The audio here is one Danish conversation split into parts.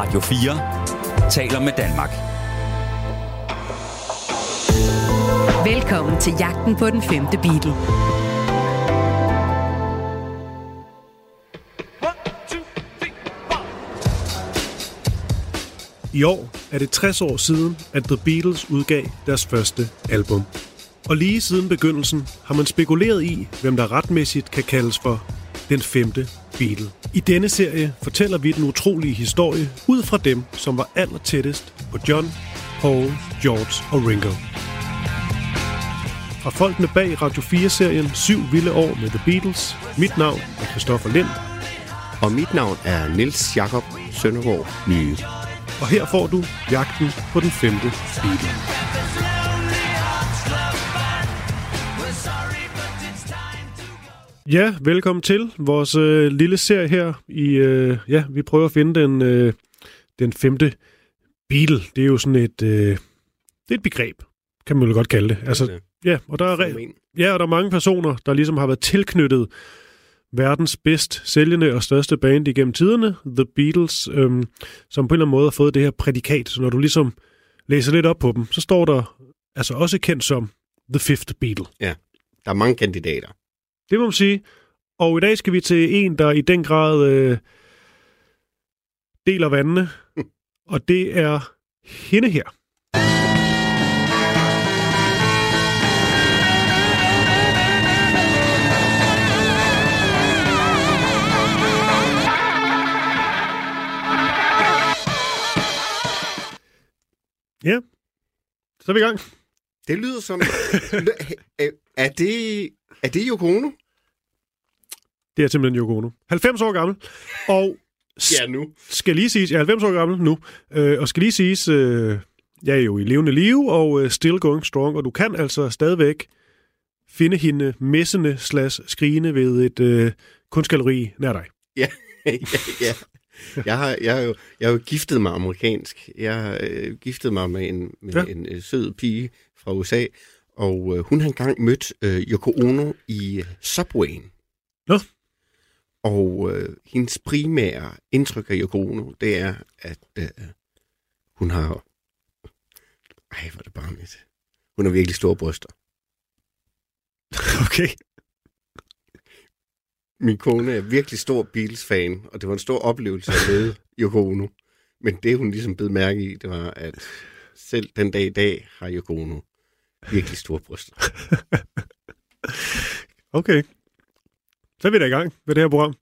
Radio 4 taler med Danmark. Velkommen til jagten på den femte Beatle. I år er det 60 år siden, at The Beatles udgav deres første album. Og lige siden begyndelsen har man spekuleret i, hvem der retmæssigt kan kaldes for den femte Beatle. I denne serie fortæller vi den utrolige historie ud fra dem, som var allertættest på John, Paul, George og Ringo. Fra folkene bag Radio 4-serien 7 vilde år med The Beatles. Mit navn er Christoffer Lind. Og mit navn er Niels Jakob Søndergaard Nye. Og her får du jagten på den femte Beatle. Ja, velkommen til vores lille serie her. Vi prøver at finde den femte Beatle. Det er jo sådan det er et begreb, kan man jo godt kalde det. Altså, ja, og der er mange personer, der ligesom har været tilknyttet verdens bedst sælgende og største band igennem tiderne, The Beatles, som på en eller anden måde har fået det her prædikat. Så når du ligesom læser lidt op på dem, så står der altså også kendt som The Fifth Beatle. Ja, der er mange kandidater. Det må man sige. Og i dag skal vi til en, der i den grad deler vandene, og det er hende her. Ja, så er vi i gang. Det lyder som... Er det Yoko Ono? Det er simpelthen Yoko Ono. 90 år gammel. Og ja, nu. Skal lige siges... Ja, 90 år gammel nu. Og skal lige siges... jeg er jo i levende live og still going strong. Og du kan altså stadigvæk finde hende messende / skrigende ved et kunstgalleri nær dig. Ja. Jeg har jo giftet mig amerikansk. Jeg har giftet mig med en sød pige fra USA, og hun har engang mødt Yoko Ono i Subwayen. Nå. Og hendes primære indtryk af Yoko Ono, det er, at hun har... Ej, hvor er det barnligt. Hun har virkelig store bryster. Okay. Min kone er virkelig stor Beatles-fan, og det var en stor oplevelse at møde Yoko Ono. Men det, hun ligesom bed mærke i, det var, at selv den dag i dag har Yoko Ono virkelig store bryster. Okay. Så er vi da i gang med det her program.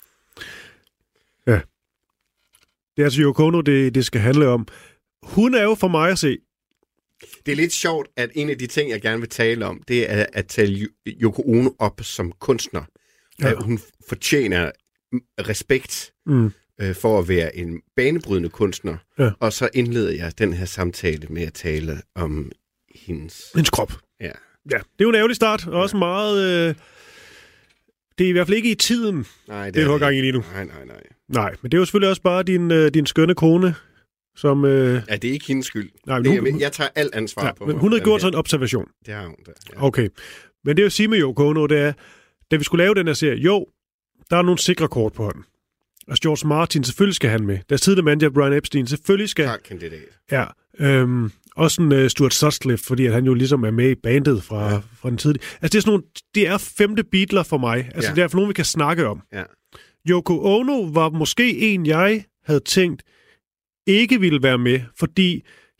Ja. Det er altså Yoko Ono, det skal handle om. Hun er jo for mig at se. Det er lidt sjovt, at en af de ting, jeg gerne vil tale om, det er at tale Yoko Ono op som kunstner. Ja. Hun fortjener respekt for at være en banebrydende kunstner. Ja. Og så indleder jeg den her samtale med at tale om hendes krop. Ja. Ja, det er jo en ærgerlig start, og også meget... det er i hvert fald ikke i tiden, nej, det er gang i lige nu. Nej. Nej, men det er jo selvfølgelig også bare din skønne kone, som... Ja, det er ikke hendes skyld. Nej, jeg tager alt ansvar på. Men hun har gjort sådan en observation. Det har hun da. Ja. Okay. Men det jeg vil sige med Yoko Ono, det er, da vi skulle lave den her serie, der er nogle sikre kort på hånden. Altså George Martin, selvfølgelig skal han med. Deres tidligere manager, Brian Epstein, selvfølgelig skal... Klart kandidat. Ja. Også en Stuart Sutcliffe, fordi at han jo ligesom er med i bandet fra den tidlige... Altså det er sådan nogle... Det er femte Beatler for mig. Altså det er for nogen, vi kan snakke om. Ja. Yoko Ono var måske en, jeg havde tænkt, ikke ville være med, fordi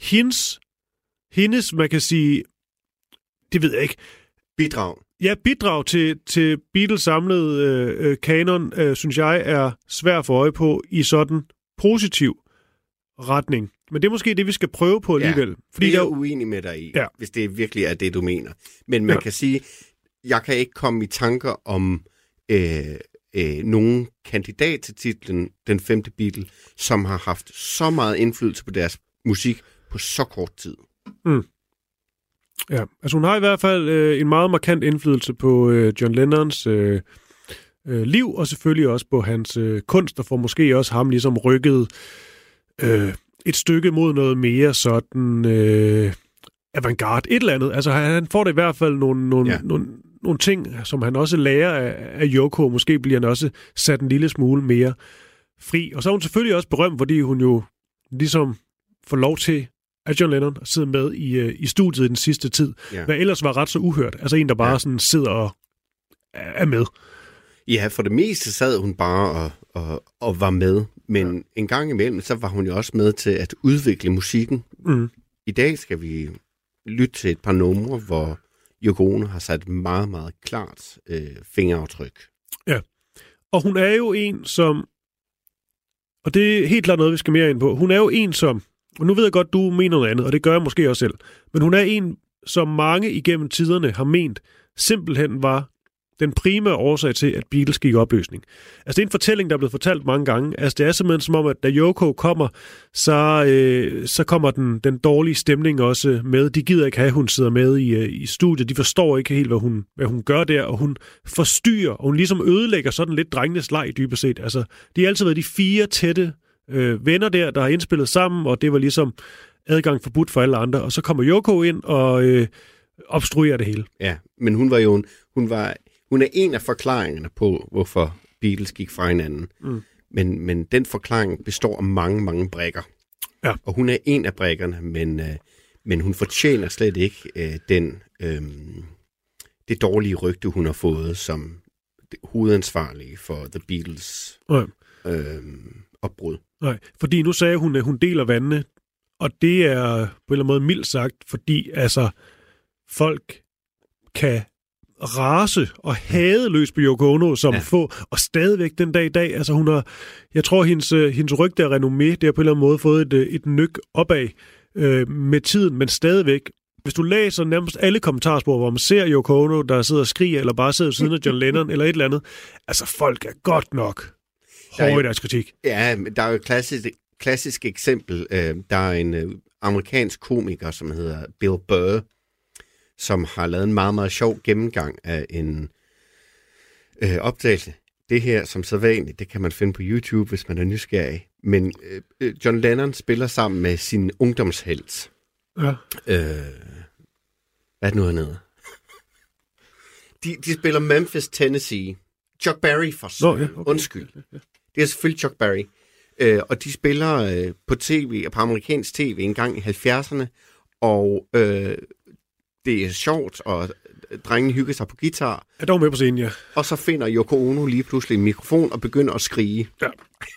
hendes, man kan sige... Det ved jeg ikke... Bidrag til Beatles samlede kanon, synes jeg, er svær at få øje på i sådan positiv retning. Men det er måske det, vi skal prøve på alligevel. Ja, fordi det er jeg uenig med dig i, hvis det virkelig er det, du mener. Men man kan sige, jeg kan ikke komme i tanker om nogen kandidat til titlen Den femte Beatle, som har haft så meget indflydelse på deres musik på så kort tid. Ja, altså hun har i hvert fald en meget markant indflydelse på John Lennons liv, og selvfølgelig også på hans kunst, og får måske også ham ligesom rykket et stykke mod noget mere sådan avantgarde, et eller andet. Altså han får det i hvert fald nogle ting, som han også lærer af Yoko. Måske bliver han også sat en lille smule mere fri. Og så er hun selvfølgelig også berømt, fordi hun jo ligesom får lov til af John Lennon at sidde med i studiet i den sidste tid. Ja. Hvad ellers var ret så uhørt. Altså en, der bare sådan sidder og er med. Ja, for det meste sad hun bare og var med. Men en gang imellem, så var hun jo også med til at udvikle musikken. Mm. I dag skal vi lytte til et par numre, hvor Yoko Ono har sat meget, meget klart fingeraftryk. Ja, og hun er jo en, som... Og det er helt klart noget, vi skal mere ind på. Hun er jo en, som... Og nu ved jeg godt, du mener noget andet, og det gør jeg måske også selv. Men hun er en, som mange igennem tiderne har ment, simpelthen var den primære årsag til, at Beatles gik i opløsning. Altså, det er en fortælling, der er blevet fortalt mange gange. Altså, det er simpelthen som om, at da Yoko kommer, så kommer den dårlige stemning også med. De gider ikke have, at hun sidder med i studiet. De forstår ikke helt, hvad hun gør der, og hun forstyrrer, og hun ligesom ødelægger sådan lidt drengenes leg dybest set. Altså, de har altid været de 4 tætte venner der har indspillet sammen, og det var ligesom adgang forbudt for alle andre. Og så kommer Yoko ind og obstruerer det hele. Ja, men hun er en af forklaringerne på, hvorfor Beatles gik fra hinanden. Mm. Men den forklaring består af mange, mange brikker. Ja. Og hun er en af brikkerne, men hun fortjener slet ikke det dårlige rygte, hun har fået som hovedansvarlig for The Beatles opbrud. Nej, fordi nu sagde hun, at hun deler vandene, og det er på en eller anden måde mildt sagt, fordi altså folk kan rase og hade løs på Yoko Ono som få, og stadigvæk den dag i dag, altså hun har, jeg tror hendes rygte og renommé, det har på en eller anden måde fået et nyk opad med tiden, men stadigvæk, hvis du læser nærmest alle kommentarspor, hvor man ser Yoko Ono, der sidder og skriger, eller bare sidder ved siden af John Lennon, eller et eller andet, altså folk er godt nok hårde i deres kritik. Ja, der er jo et klassisk eksempel. Der er en amerikansk komiker, som hedder Bill Burr, som har lavet en meget, meget sjov gennemgang af en opdagelse. Det her, som sædvanligt, det kan man finde på YouTube, hvis man er nysgerrig. Men John Lennon spiller sammen med sin ungdomshelt. Ja. Hvad er det nu hernede? De spiller Memphis, Tennessee. Chuck Berry for okay. Undskyld. Det er selvfølgelig Chuck Berry. Og de spiller på tv og på amerikansk tv en gang i 70'erne. Og det er sjovt, og drengene hygger sig på guitar. Er dog med på scenen, ja. Og så finder Yoko Ono lige pludselig en mikrofon og begynder at skrige. Ja.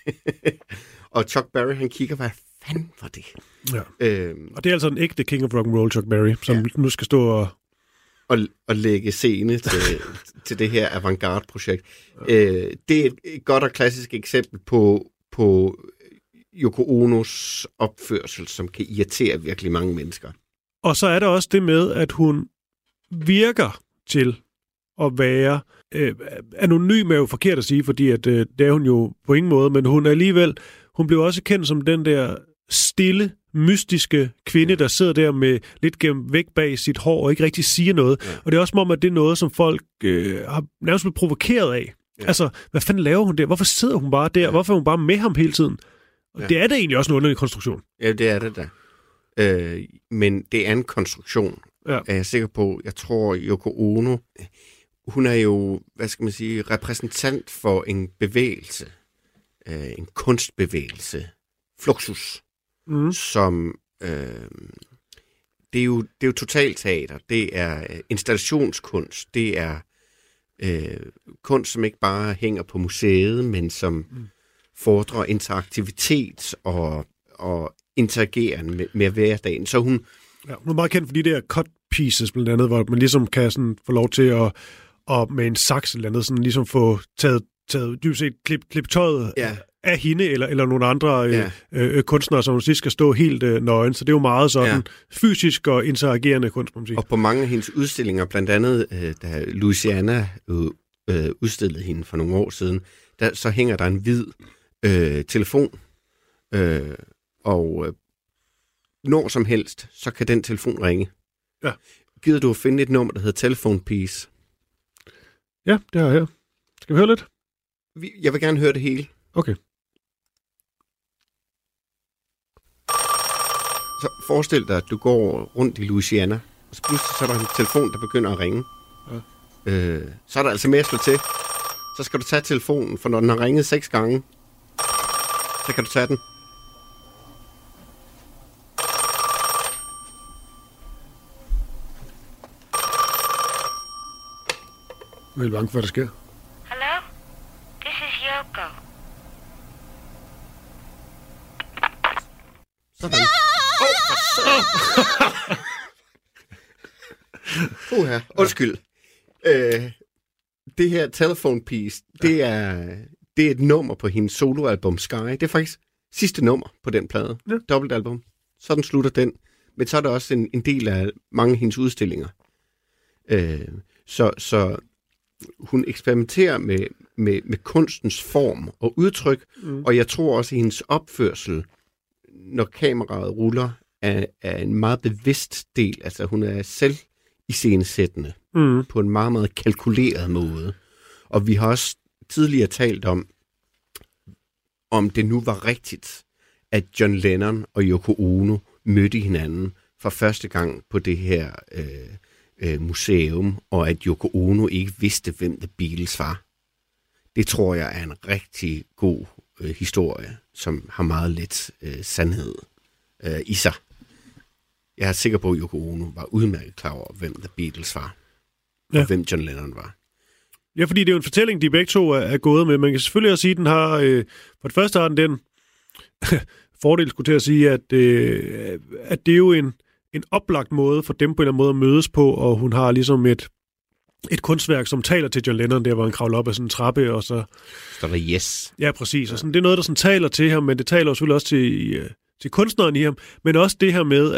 Og Chuck Berry, han kigger, hvad fanden var det? Ja. Og det er altså en ægte King of Rock'n'Roll, Chuck Berry, som nu skal stå og lægge scene til det her avantgarde-projekt. Ja. Det er et godt og klassisk eksempel på Yoko Onos opførsel, som kan irritere virkelig mange mennesker. Og så er der også det med, at hun virker til at være anonym, er jo forkert at sige, fordi at, det er hun jo på ingen måde, men hun blev også kendt som den der stille, mystiske kvinde, der sidder der med lidt gemt væk bag sit hår og ikke rigtig siger noget. Ja. Og det er også som om, at det er noget, som folk har nærmest blevet provokeret af. Ja. Altså, hvad fanden laver hun der? Hvorfor sidder hun bare der? Ja. Hvorfor er hun bare med ham hele tiden? Og det er da egentlig også en underlig konstruktion. Ja, det er det da. Men det er en konstruktion, er jeg sikker på. Jeg tror, Yoko Ono, hun er jo, hvad skal man sige, repræsentant for en bevægelse, en kunstbevægelse, Fluxus, som, det er jo totalteater, det er installationskunst, det er kunst, som ikke bare hænger på museet, men som fordrer interaktivitet og interageren med hverdagen. Så hun er meget kendt for de der cut pieces, blandt andet, hvor man ligesom kan sådan få lov til at med en saks eller andet, sådan ligesom få taget dybest set klip tøjet af hende, eller nogle andre kunstnere, som sidst skal stå helt nøgen. Så det er jo meget sådan fysisk og interagerende kunst, må man sige. Og på mange af hendes udstillinger, blandt andet, da Louisiana udstillede hende for nogle år siden, så hænger der en hvid telefon, og når som helst, så kan den telefon ringe. Ja. Gider du at finde et nummer, der hedder Telephone Piece? Ja, det har jeg. Skal vi høre lidt? Jeg vil gerne høre det hele. Okay. Så forestil dig, at du går rundt i Louisiana, og så pludselig så er der en telefon, der begynder at ringe. Ja. Så er der altså mere at slå til. Så skal du tage telefonen, for når den har ringet 6 gange, så kan du tage den. Jeg er helt bange for, hvad der sker. Hello? This is Yoko. Sådan. Uha, undskyld. Det her Telephone Piece, det er et nummer på hendes soloalbum Sky. Det er faktisk sidste nummer på den plade. Ja. Dobbeltalbum. Sådan slutter den. Men så er der også en del af mange af hendes udstillinger. Så hun eksperimenterer med kunstens form og udtryk, og jeg tror også, at hendes opførsel, når kameraet ruller, er en meget bevidst del. Altså hun er selv iscenesættende på en meget, meget kalkuleret måde. Og vi har også tidligere talt om det nu var rigtigt, at John Lennon og Yoko Ono mødte hinanden for første gang på det her museum, og at Yoko Ono ikke vidste, hvem The Beatles var. Det tror jeg er en rigtig god historie, som har meget lidt sandhed i sig. Jeg er sikker på, at Yoko Ono var udmærket klar over, hvem The Beatles var, og hvem John Lennon var. Ja, fordi det er jo en fortælling, de begge to er gået med. Man kan selvfølgelig også sige, at den har, for det første har den fordel, skulle til at sige, at det er jo en oplagt måde for dem på en eller anden måde at mødes på, og hun har ligesom et kunstværk, som taler til John Lennon, der hvor han kravler op ad sådan en trappe, og så... Så der yes. Ja, præcis. Og sådan, det er noget, der sådan taler til ham, men det taler selvfølgelig også til kunstneren i ham, men også det her med,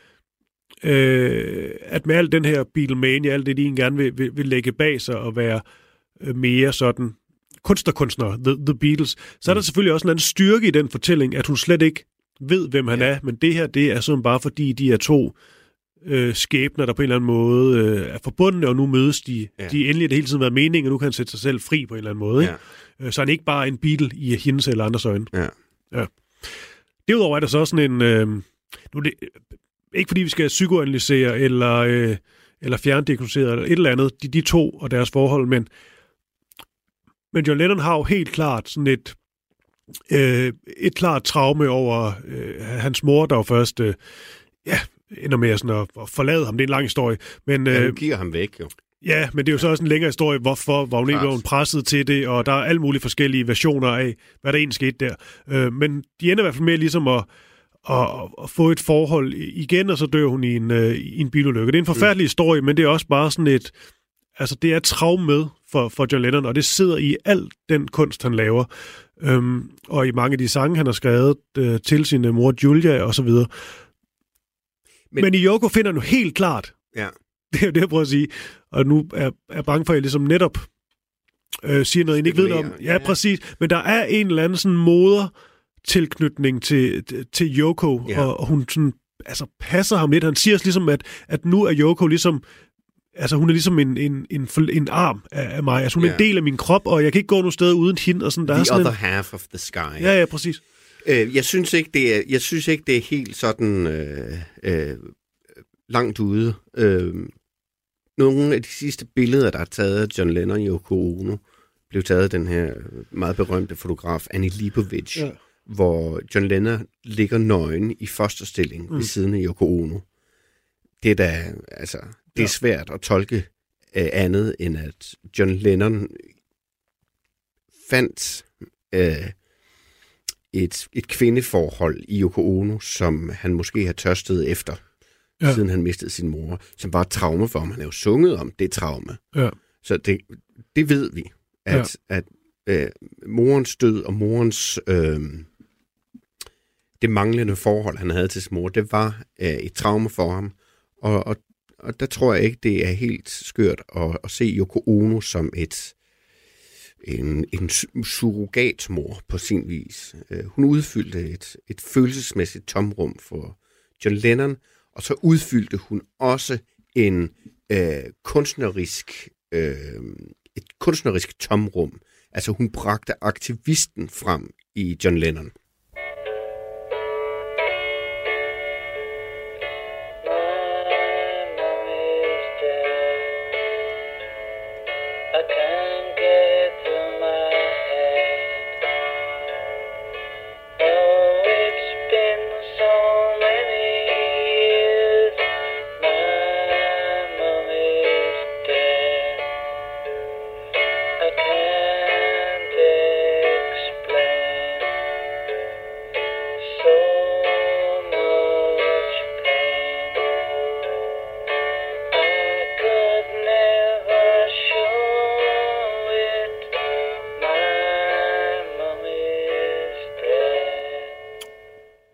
at med al den her Beatlemania, alt det, de egentlig gerne vil lægge bag sig og være mere sådan kunstner, The Beatles, så er der selvfølgelig også en anden styrke i den fortælling, at hun slet ikke ved, hvem han er, men det her, det er sådan bare fordi, de er to skæbner, der på en eller anden måde er forbundne, og nu mødes de. Ja. De endelig det hele tiden været meningen, og nu kan han sætte sig selv fri på en eller anden måde. Ja. Så han er ikke bare en Beatle i hendes eller andres øjne. Ja. Derudover er der så også sådan en... ikke fordi vi skal psykoanalysere eller fjerndiagnosere eller et eller andet, de to og deres forhold, men John Lennon har jo helt klart sådan et klart traume over hans mor, der jo først ender med sådan at forlade ham. Det er en lang historie. Men hun giver ham væk, jo. Ja, men det er jo så også en længere historie, hvorfor var hun ikke blevet presset til det, og der er alle mulige forskellige versioner af, hvad der egentlig skete der. Men de ender i hvert fald med ligesom at få et forhold igen, og så dør hun i en bilulykke. Det er en forfærdelig historie, men det er også bare sådan det er et traume med for John Lennon, og det sidder i al den kunst, han laver. Og i mange af de sange, han har skrevet til sin mor Julia og så videre. Men i Yoko finder han jo helt klart. Ja. Det er jo det, jeg prøver at sige. Og nu er jeg bange for, at jeg ligesom netop siger noget, jeg ikke ved noget om. Ja, præcis. Men der er en eller anden sådan modertilknytning til Yoko, og hun sådan, passer ham lidt. Han siger også ligesom, at nu er Yoko ligesom... hun er ligesom en arm af mig. Hun er en del af min krop, og jeg kan ikke gå nogen steder uden hende. Og sådan, der the er sådan other half of the sky. Ja, præcis. Jeg synes ikke, det er helt sådan langt ude. Nogle af de sidste billeder, der er taget af John Lennon og Yoko Ono, blev taget af den her meget berømte fotograf Annie Leibovitz, hvor John Lennon ligger nøgen i fosterstilling ved siden af Yoko Ono. Det er da, det er svært at tolke andet, end at John Lennon fandt et kvindeforhold i Yoko Ono, som han måske har tørstet efter, siden han mistede sin mor, som var et traume for ham. Han har jo sunget om det traume. Ja. Så det ved vi, at morens død og morens det manglende forhold, han havde til sin mor, det var et traume for ham. Og der tror jeg ikke, det er helt skørt at se Yoko Ono som en surrogatmor på sin vis. Hun udfyldte et følelsesmæssigt tomrum for John Lennon, og så udfyldte hun også et kunstnerisk tomrum. Altså hun bragte aktivisten frem i John Lennon.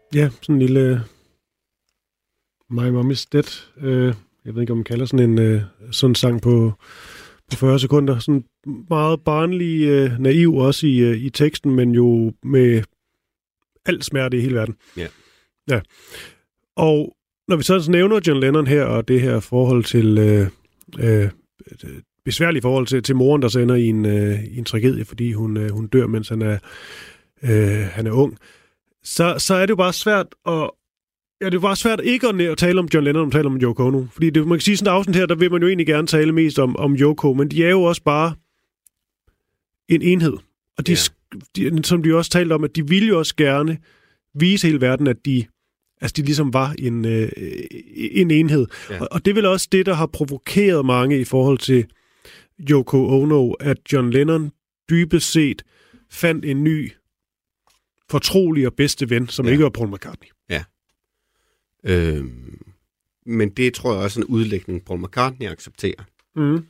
Ja, sådan en lille My Mommy's Dead. Jeg ved ikke, om man kalder sådan en sådan sang på 40 sekunder. Sådan meget barnlig, naiv også i teksten, men jo med al smerte i hele verden. Ja. Ja. Og når vi så nævner John Lennon her, og det her forhold til besværlige forhold til moren, der sender i en tragedie, fordi hun dør, mens han er ung, så er det jo bare svært at det er bare svært ikke at tale om John Lennon, og tale om Yoko Ono. Fordi man kan sige, sådan et afsnit her, der vil man jo egentlig gerne tale mest om Yoko, men de er jo også bare en enhed. Og de, som de også talte om, at de ville jo også gerne vise hele verden, at de ligesom var en enhed. Ja. Og det er vel også det, der har provokeret mange i forhold til Yoko Ono, at John Lennon dybest set fandt en ny fortrolig og bedste ven, som ikke var Paul McCartney. Ja. Men det tror jeg også er en udlægning, Paul McCartney accepterer. Mm.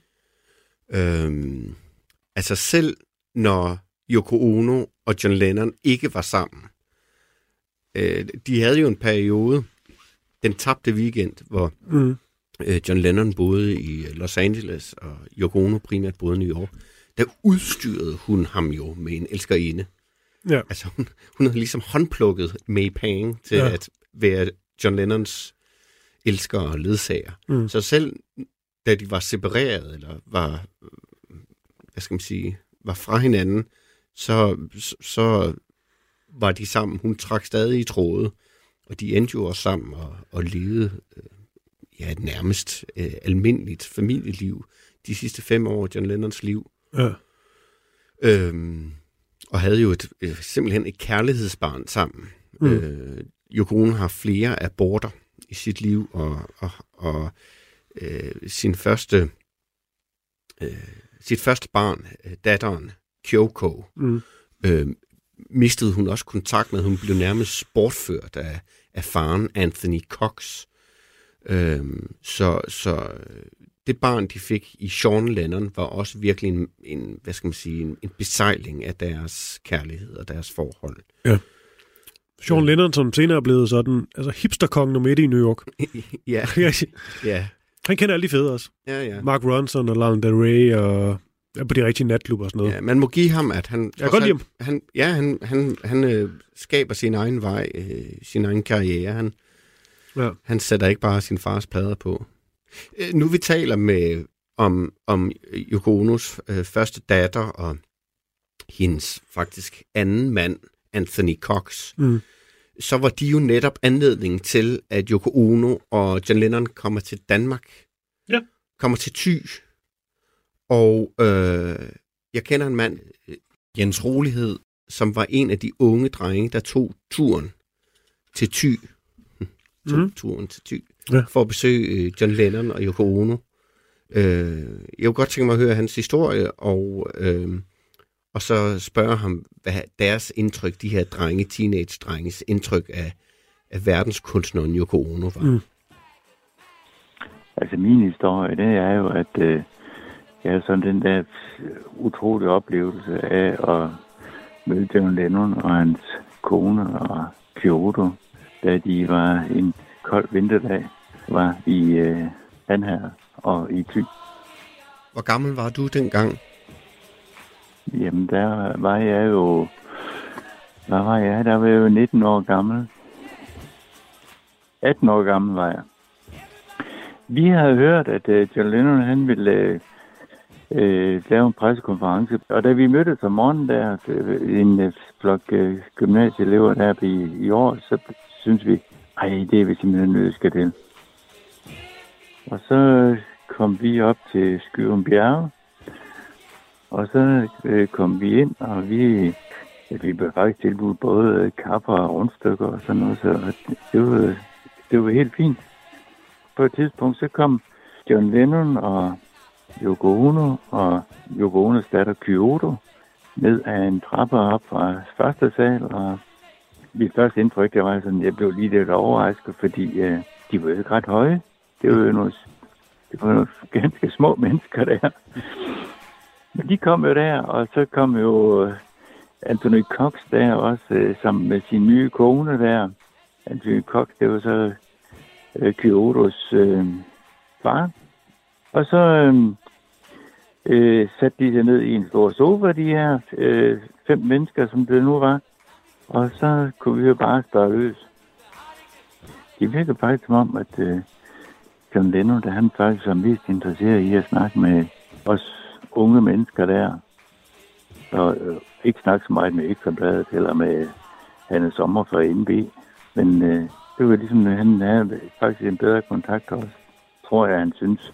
Altså selv når Yoko Ono og John Lennon ikke var sammen, de havde jo en periode, den tabte weekend, hvor John Lennon boede i Los Angeles, og Yoko Ono primært boede i New York. Der udstyrede hun ham jo med en elskerinde. Ja. Altså hun havde ligesom håndplukket May Pang til at være John Lennons elsker og ledsager. Mm. Så selv da de var separeret, eller var, var fra hinanden, så var de sammen. Hun trak stadig i tråde, og de endte jo også sammen og levede et nærmest almindeligt familieliv de sidste 5 år af John Lennons liv. Ja. Og havde jo simpelthen et kærlighedsbarn sammen. Yoko Ono har flere aborter i sit liv, og sit første barn, datteren Kyoko, mistede hun også kontakt med. Hun blev nærmest bortført af faren Anthony Cox. Så det barn, de fik i Sean Lennon, var også virkelig en besejling af deres kærlighed og deres forhold. Ja. Sean Lennon, som senere er blevet sådan, altså hipsterkongen nummer 1 i New York. Ja. Ja. Han kender alle de fede også. Ja. Mark Ronson og Lana Del Rey og på de rigtige natklubber og sådan noget. Ja, man må give ham, at han... Jeg kan godt lide ham. Han skaber sin egen vej, sin egen karriere. Han sætter ikke bare sin fars plader på. Nu vi taler om Yoko Onos første datter og hendes faktisk anden mand, Anthony Cox, så var de jo netop anledningen til, at Yoko Ono og John Lennon kommer til Danmark. Ja. Kommer til Thy. Og jeg kender en mand, Jens Rolighed, som var en af de unge drenge, der tog turen til Thy. Turen til Thy. Ja. For at besøge John Lennon og Yoko Ono. Jeg kunne godt tænke mig at høre hans historie, og så spørge ham, hvad deres indtryk, de her teenage-drenges indtryk af verdenskunstneren Yoko Ono var. Altså min historie, det er jo, at jeg har sådan den der utrolige oplevelse af at møde John Lennon og hans kone og Kyoto, da de var en kold vinterdag, var i Hanherred og i Thy. Hvor gammel var du dengang? Jamen, der var jeg jo... Hvad var jeg? Der var jeg jo 19 år gammel. 18 år gammel var jeg. Vi havde hørt, at John Lennon, han ville lave en pressekonference. Og da vi mødtes om morgenen der, en flok gymnasieelever der i år, så synes vi, det er vi simpelthen nødt skal til. Og så kom vi op til Skyrum Bjerge, og så kom vi ind, og vi blev faktisk tilbudt både kaffe og rundstykker og sådan noget, så det var helt fint. På et tidspunkt så kom John Lennon og Yoko Ono og Yoko Onos datter Kyoto ned ad en trappe op fra første sal, og mit første indtryk, det var sådan, jeg blev lige lidt overrasket, fordi de var jo ikke ret høje. Det var nogle ganske små mennesker der. Men de kom jo der, og så kom jo Anthony Cox der også sammen med sin nye kone der. Anthony Cox, det var så Kyotos far. Og så satte de sig ned i en stor sofa, de her 5 mennesker, som det nu var. Og så kunne vi jo bare spørge løs. Det virker faktisk som om, at John Lennon, da han faktisk var mest interesseret i at snakke med os unge mennesker der. Og ikke snakke så meget med Ekstrabladet eller med Hanne Sommer fra NB. Men det var ligesom, at han havde faktisk en bedre kontakt også, tror jeg, han synes.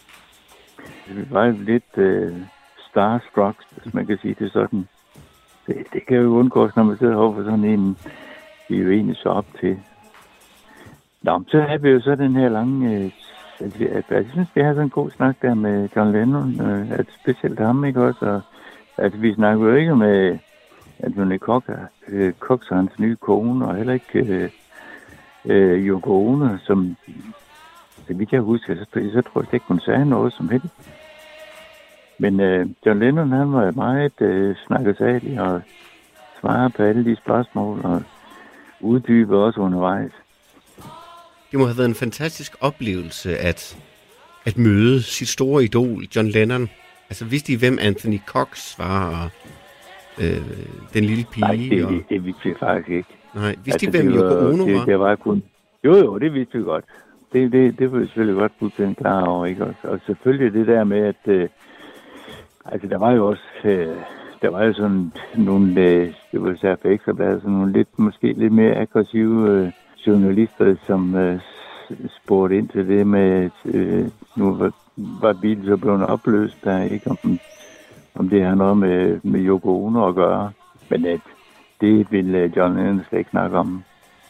Vi var lidt starstruck, hvis man kan sige det sådan. Det kan jo undgås, når man sidder overfor sådan en, vi er jo egentlig så op til. Nå, så har vi jo så den her lange... jeg synes, vi har sådan en god snak der med John Lennon, at specielt ham, ikke også? Og, at vi snakker jo ikke med Anthony Cox og hans nye kone, og heller ikke Yoko Ono, som, så vidt jeg husker, så tror jeg ikke, hun sagde noget som helst. Men John Lennon, han var meget snakkesalig og svarede på alle de spørgsmål og uddybe også undervejs. Det må have været en fantastisk oplevelse at møde sit store idol, John Lennon. Altså, vidste I, hvem Anthony Cox var, og den lille pige? Nej, det vidste vi faktisk ikke. Nej, vidste I, hvem Yoko Ono var? Det var kun... Jo, det vidste vi godt. Det var vi selvfølgelig godt fuldstændig klar over, ikke? Og selvfølgelig det der med, at... altså, der var jo også... der var jo sådan nogle... det var især på Ekstrabladet, sådan nogle måske lidt mere aggressive journalister, som spurgte ind til det med... nu var Beatles så blevet opløst der, ikke? Om det har noget med Yoko Ono at gøre. Men det ville John Lennon slet ikke snakke om.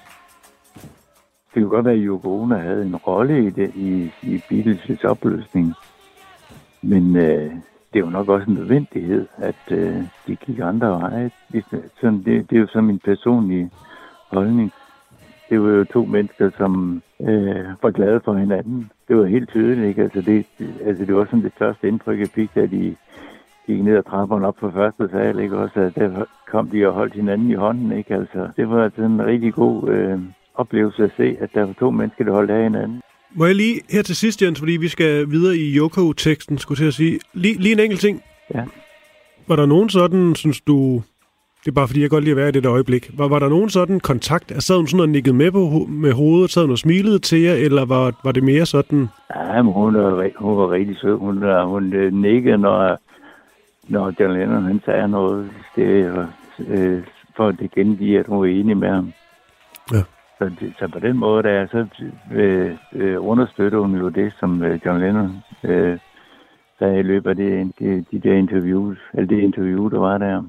Det kunne godt være, at Yoko Ono havde en rolle i det, i Beatles' opløsning. Men det er jo nok også en nødvendighed, at de gik andre veje. Det er jo så min personlige holdning. Det var jo 2 mennesker, som var glade for hinanden. Det var helt tydeligt, ikke? Det var sådan det første indtryk, jeg fik, da de gik ned ad trapperne op på første sal, ikke? Også, at der kom de og holdt hinanden i hånden, ikke? Altså, det var altså en rigtig god oplevelse at se, at der var 2 mennesker, der holdt af hinanden. Må jeg lige her til sidst, Jens, fordi vi skal videre i Yoko-teksten, skulle til at sige, lige en enkelt ting. Ja. Var der nogen sådan, synes du... Det er bare fordi, jeg godt lide at være i det der øjeblik. Var der nogen sådan kontakt? Sad hun sådan og nikkede med hovedet? Sad hun og smilede til jer? Eller var det mere sådan? Ja, men hun var rigtig sød. Hun nikkede, når John Lennon han sagde noget. Det var for at det gengive, at hun var enig med ham. Ja. Så på den måde, der så understøtter hun jo det, som John Lennon sagde i løbet af de der interviews, eller det interview, der var der.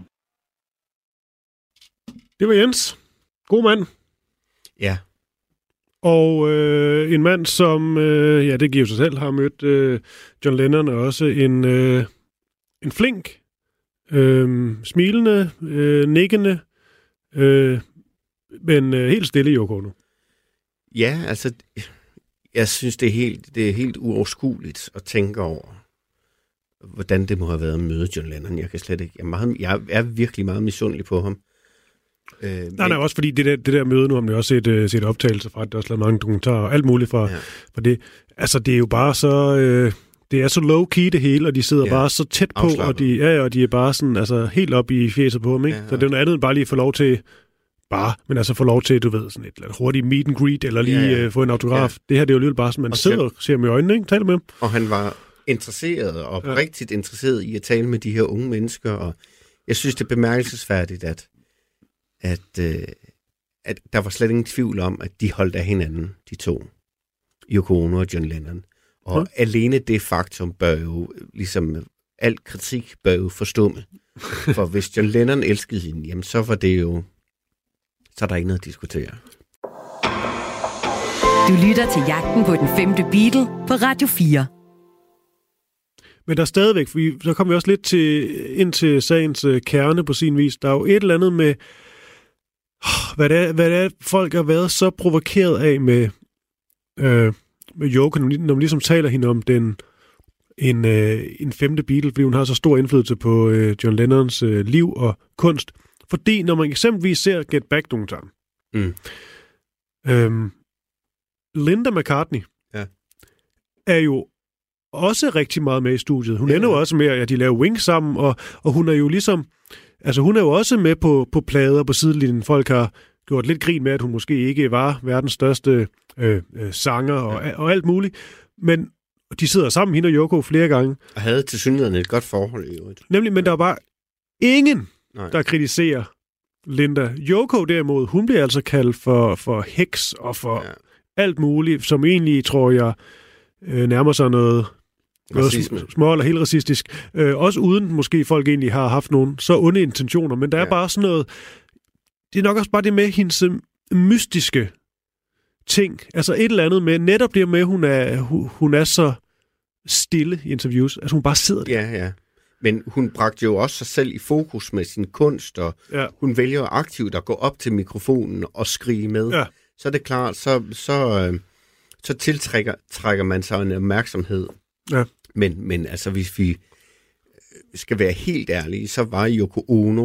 Det var Jens. God mand. Ja. Og en mand, som, det giver sig selv, har mødt John Lennon, og også en flink, smilende, nikkende, men helt stille Yoko Ono. Ja, altså, jeg synes, det er helt uoverskueligt at tænke over, hvordan det må have været at møde John Lennon. Jeg kan slet ikke. Jeg er virkelig meget misundelig på ham. Nej, også fordi det der møde, nu har man jo også set optagelser fra, der er også lavet mange dokumentarer og alt muligt fra det. Altså, det er jo bare så... det er så low-key det hele, og de sidder bare så tæt på, og de er bare sådan, altså, helt op i fjeset på ham, ikke? Så det er noget andet end bare lige at få lov til... men altså få lov til, du ved, sådan et hurtigt meet and greet, eller lige få en autograf. Det her, det er jo lidt bare sådan, man sidder og ser med øjnene, ikke? Taler med ham. Og han var interesseret, og rigtig interesseret i at tale med de her unge mennesker, og jeg synes, det er bemærkelsesværdigt, at der var slet ingen tvivl om, at de holdt af hinanden, de 2. Yoko Ono og John Lennon. Og alene det faktum bør jo, ligesom al kritik, bør jo forstumme. For hvis John Lennon elskede hende, jamen så var det jo... Så er der ikke noget at diskutere. Du lytter til Jagten på den 5. Beatle på Radio 4. Men der er stadigvæk, så kommer vi også lidt ind til sagens kerne på sin vis. Der er jo et eller andet med, hvad det er folk har været så provokeret af med Yoko, når man ligesom taler hende om en 5. Beatle, fordi hun har så stor indflydelse på John Lennons liv og kunst. Fordi når man eksempelvis ser Get Back-dokumentaren, Linda McCartney er jo også rigtig meget med i studiet. Hun ender jo også med, at de laver Wings sammen, og hun er jo ligesom... Altså, hun er jo også med på plader på sidelinjen. Folk har gjort lidt grin med, at hun måske ikke var verdens største sanger og alt muligt. Men de sidder sammen, hende og Yoko, flere gange. Og havde tilsyneladende et godt forhold i øvrigt. Nemlig, men der er bare ingen, der kritiserer Linda. Yoko derimod, hun bliver altså kaldt for heks og for alt muligt, som egentlig, tror jeg, nærmer sig noget små eller helt racistisk. Også uden måske folk egentlig har haft nogen så onde intentioner, men der er bare sådan noget... Det er nok også bare det med hendes mystiske ting. Altså et eller andet med, netop det med, hun er så stille i interviews. Altså hun bare sidder der. Ja. Men hun bragte jo også sig selv i fokus med sin kunst, og hun vælger aktivt at gå op til mikrofonen og skrige med. Ja. Så er det klart, så tiltrækker man sig en opmærksomhed. Ja. Men altså, hvis vi skal være helt ærlige, så var Yoko Ono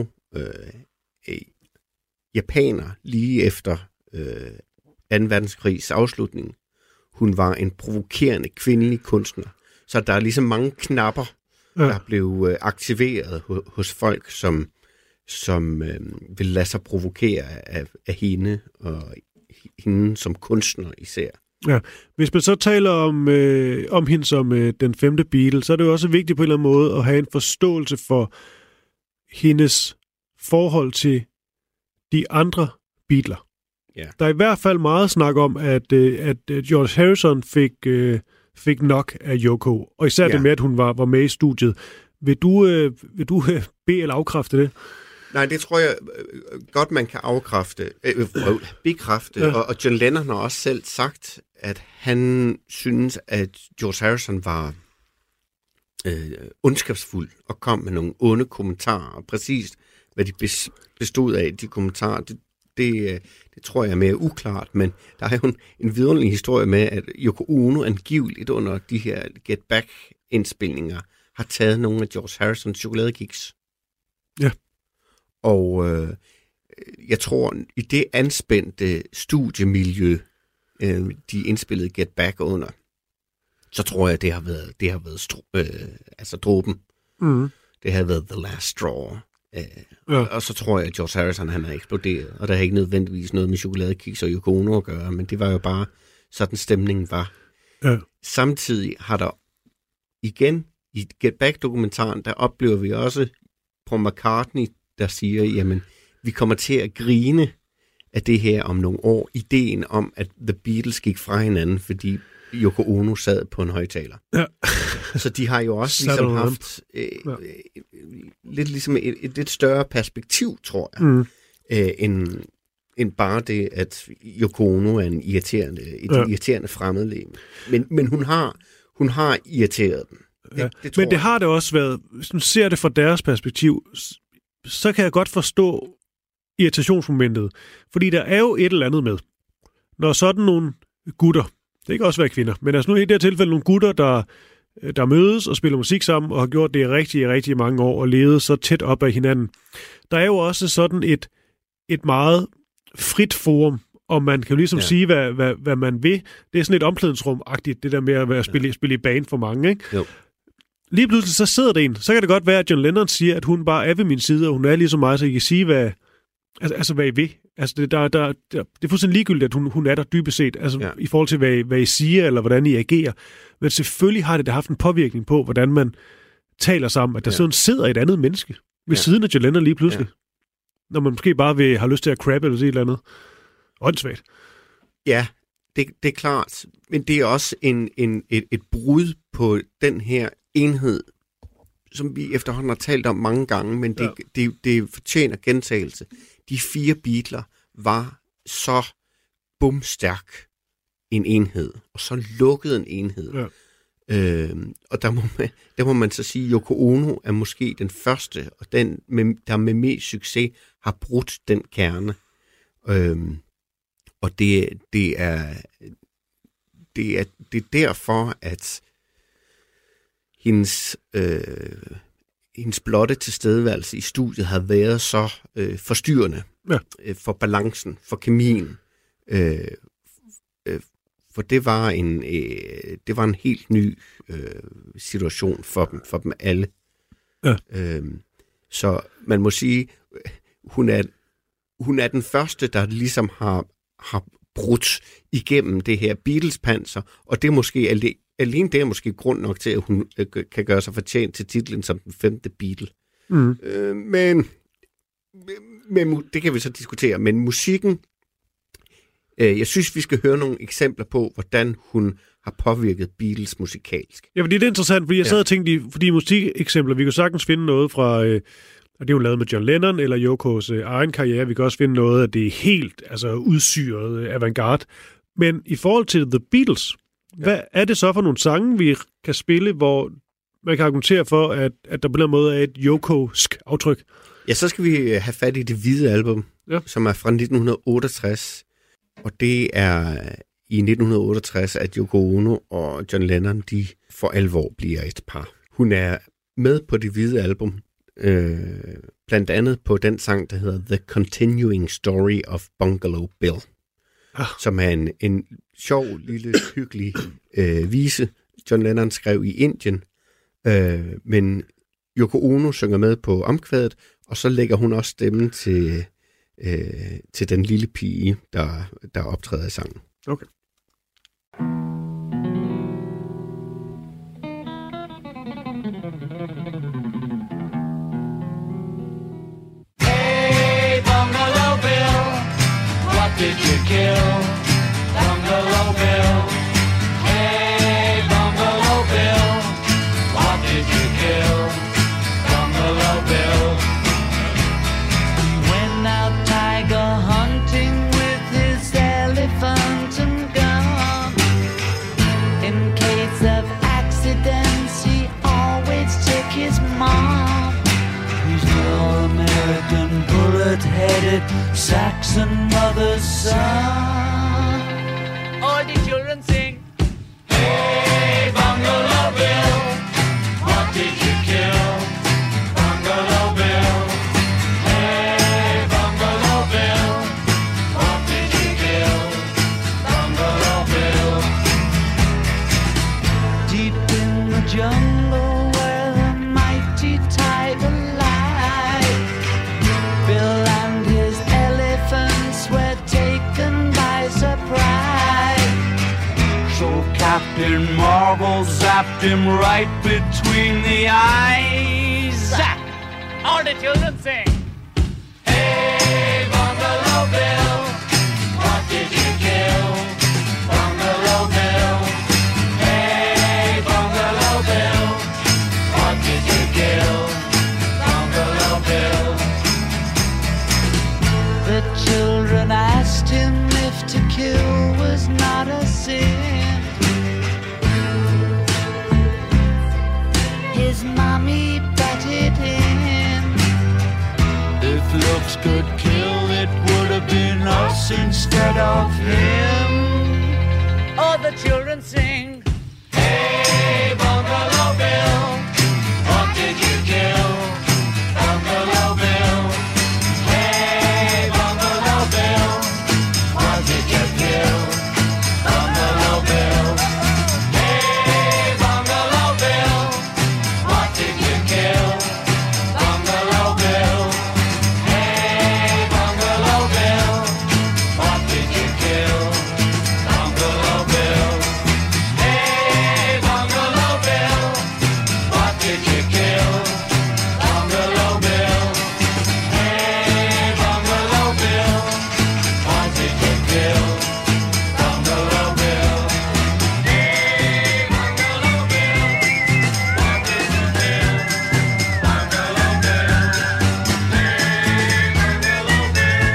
japaner lige efter 2. verdenskrigs afslutning. Hun var en provokerende kvindelig kunstner. Så der er ligesom mange knapper, der blev aktiveret hos folk, som vil lade sig provokere af hende, og hende som kunstner især. Ja, hvis man så taler om hende som den 5. Beatle, så er det jo også vigtigt på en eller anden måde at have en forståelse for hendes forhold til de andre Beatler. Ja. Der er i hvert fald meget snak om, at George Harrison fik nok af Yoko, og især det med, at hun var med i studiet. Vil du bede eller afkræfte det? Nej, det tror jeg godt, man kan bekræfte. Ja. Og John Lennon har også selv sagt, at han synes, at George Harrison var ondskabsfuld og kom med nogle onde kommentarer. Og præcis, hvad de bestod af, de kommentarer, det tror jeg er mere uklart. Men der er jo en vidunderlig historie med, at Yoko Ono angiveligt under de her Get Back-indspilninger har taget nogle af George Harrisons chokoladekiks. Ja. Og jeg tror, i det anspændte studiemiljø, de indspillede Get Back under, så tror jeg, det har været dråben. Mm. Det har været the last straw. Og så tror jeg, at George Harrison, han har eksploderet. Og der har ikke nødvendigvis noget med chokoladekiks og Yoko Ono at gøre, men det var jo bare, sådan stemningen var. Ja. Samtidig har der igen, i Get Back-dokumentaren, der oplever vi også Paul McCartney, der siger, jamen, vi kommer til at grine af det her om nogle år. Ideen om, at The Beatles gik fra hinanden, fordi Yoko Ono sad på en højtaler. Ja. Så de har jo også ligesom haft lidt ligesom et lidt større perspektiv, tror jeg, end bare det, at Yoko Ono er et irriterende fremmedlegeme. Men hun har irriteret dem. Men det har det også været, hvis man ser det fra deres perspektiv, så kan jeg godt forstå irritationsmomentet. Fordi der er jo et eller andet med, når sådan nogle gutter, det kan også være kvinder, men altså nu i det her tilfælde nogle gutter, der mødes og spiller musik sammen, og har gjort det i rigtig, rigtig mange år, og levet så tæt op af hinanden. Der er jo også sådan et meget frit forum, og man kan jo ligesom sige, hvad man vil. Det er sådan et omklædningsrum-agtigt, det der med at spille i band for mange, ikke? Jo. Lige pludselig så sidder det en. Så kan det godt være, at John Lennon siger, at hun bare er ved min side, og hun er ligesom mig, så I kan sige, hvad I vil. Altså, det er fuldstændig ligegyldigt, at hun er der dybest set, altså i forhold til, hvad I siger, eller hvordan I agerer. Men selvfølgelig har det haft en påvirkning på, hvordan man taler sammen, at der sådan sidder et andet menneske ved siden af John Lennon lige pludselig. Ja. Når man måske bare har lyst til at crabbe eller sige et eller andet. Åndssvagt. Ja, det er klart. Men det er også et brud på den her enhed, som vi efterhånden har talt om mange gange, men det fortjener gentagelse. De 4 Beatler var så bumstærk en enhed, og så lukket en enhed. Ja. Og der må man så sige, at Yoko Ono er måske den første, og den, der med mest succes har brudt den kerne. Og det er derfor, at hendes blotte tilstedeværelse i studiet har været så forstyrrende for balancen, for kemien. For det var en helt ny situation for dem alle. Ja. Så man må sige, hun er den første, der ligesom har brudt igennem det her Beatles-panser, og det er måske alene det er måske grund nok til, at hun kan gøre sig fortjent til titlen som den 5. Beatle. Mm. Men det kan vi så diskutere. Men musikken, jeg synes, vi skal høre nogle eksempler på, hvordan hun har påvirket Beatles musikalsk. Ja, fordi det er interessant, fordi jeg sad og tænkte, fordi musikeksempler, vi kan sagtens finde noget fra, og det er jo lavet med John Lennon eller Yokos egen karriere, vi kan også finde noget af det helt udsyret avantgarde. Men i forhold til The Beatles, hvad er det så for nogle sange, vi kan spille, hvor man kan argumentere for, at der på en eller anden måde er et Yokosk aftryk? Ja, så skal vi have fat i det hvide album, som er fra 1968. Og det er i 1968, at Yoko Ono og John Lennon, de for alvor bliver et par. Hun er med på det hvide album, blandt andet på den sang, der hedder The Continuing Story of Bungalow Bill, som er en sjov, lille, hyggelig vise, John Lennon skrev i Indien, men Yoko Ono synger med på omkvædet, og så lægger hun også stemmen til den lille pige, der optræder i sangen. Okay. Hey, Bungalow Bill, what did you kill? Bungalow Bill. Hey, Bungalow Bill, what did you kill? Bungalow Bill. He went out tiger hunting with his elephant and gun. In case of accidents, he always took his mom. He's no American bullet-headed Saxon mother's son. All the children sing, hey, Bungalow Bill, what did you kill? Bungalow Bill. Hey, Bungalow Bill, what did you kill? Bungalow Bill. Deep in the jungle where the mighty tiger lies, Bill and his elephants were taken by surprise. So Captain Marvel zapped him right between the eyes. Zap! All the children sing. Hey, Bungalow Bill, what did you kill? Bungalow Bill. Hey, Bungalow Bill, what did you kill? Bungalow Bill. The children asked him if to kill was not a sin. His mommy butted in. If looks could kill, it would have been us instead of him. All the children sing, hey, Bungalow Bill, what did you kill? Bungalow Bill. Hey, Bungalow Bill, what did you kill? Bungalow Bill. Hey, Bungalow Bill, what did you kill? Bungalow Bill. Hey, Bungalow Bill, what did you kill? Bungalow Bill. Hey, Bungalow Bill, what did you kill? Bungalow Bill. Hey, Bungalow Bill, what did you kill? Bungalow Bill. Hey, Bungalow Bill, what did you kill? Bungalow Bill. Hey, Bungalow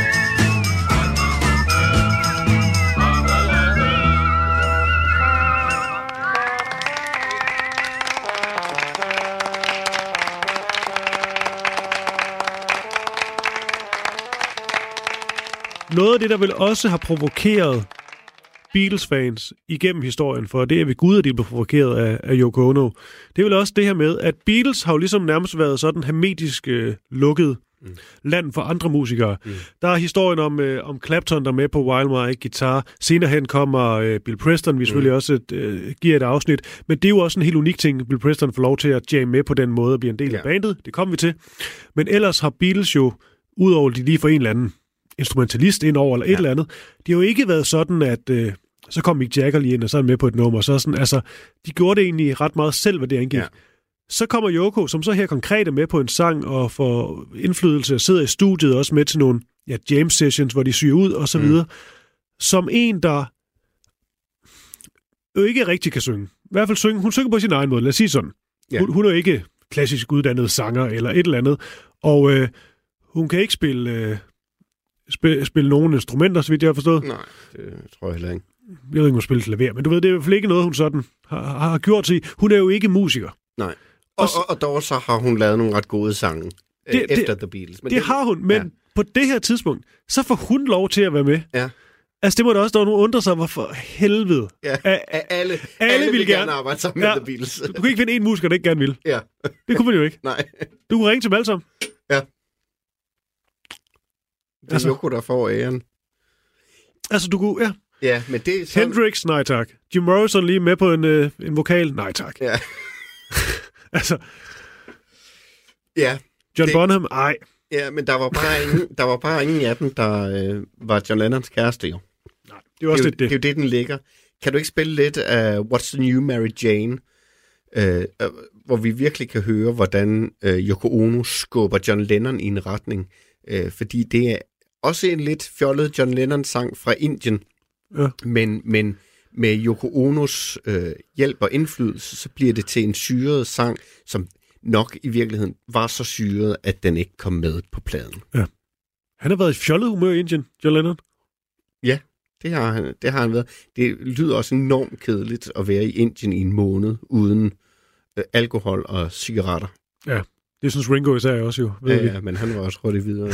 Noget af det, der vel også har provokeret Beatles-fans igennem historien, for det er ved Gud, at de blev provokeret af Yoko Ono, det er vel også det her med, at Beatles har jo ligesom nærmest været sådan hermetisk lukket land for andre musikere. Der er historien om Clapton, der er med på Wild Mike guitar. Senere hen kommer Bill Preston, vi selvfølgelig også giver et afsnit. Men det er jo også en helt unik ting, Bill Preston får lov til at jamme med på den måde og blive en del af bandet. Det kommer vi til. Men ellers har Beatles jo, udover de lige for en eller anden instrumentalist ind over, eller et eller andet, det har jo ikke været sådan, at så kom Mick Jagger lige ind, og så er med på et nummer. Så sådan, altså, de gjorde det egentlig ret meget selv, hvad det angik. Ja. Så kommer Yoko, som så her konkret er med på en sang, og får indflydelse, og sidder i studiet også med til nogle jam sessions, hvor de syr ud, og så videre. Som en, der jo ikke rigtig kan synge. I hvert fald synge. Hun synger på sin egen måde, lad os sige sådan. Ja. Hun er jo ikke klassisk uddannet sanger, eller et eller andet. Og hun kan ikke spille nogle instrumenter, så vidt jeg har forstået. Nej, det tror jeg heller ikke. Jeg ved ikke, hun spiller klaver, men du ved, det er i hvert fald ikke noget, hun sådan har gjort sig. Hun er jo ikke musiker. Nej. Og dog så har hun lavet nogle ret gode sange efter The Beatles. Men det har hun, men på det her tidspunkt, så får hun lov til at være med. Ja. Altså, det må da også, der nogen undre sig, hvorfor helvede. Ja, alle vil gerne arbejde sammen med The Beatles. Du kan ikke finde en musiker, der ikke gerne vil. Ja. Det kunne man jo ikke. Nej. Du kunne ringe til dem alle sammen. Ja. Det er Yoko, der får æren. Altså, du kunne, ja. Ja, men det er sådan... Hendrix, nej tak. Jim Morrison lige med på en vokal, nej tak. Ja. Altså... Ja. John Bonham, ej. Ja, men der var bare ingen af dem, der var John Lennons kæreste, jo. Nej, det er også det. Det er jo det, den ligger. Kan du ikke spille lidt af What's the New Mary Jane? Hvor vi virkelig kan høre, hvordan Yoko Ono skubber John Lennon i en retning. Fordi det er også en lidt fjollet John Lennon-sang fra Indien. Ja. Men med Yoko Onos hjælp og indflydelse, så bliver det til en syret sang, som nok i virkeligheden var så syret, at den ikke kom med på pladen. Ja. Han har været i fjollet humør i Indien, John Lennon. Ja, det har han været. Det lyder også enormt kedeligt at være i Indien i en måned uden alkohol og cigaretter. Ja, det synes Ringo især også jo. Ja, men han var også hurtigt videre.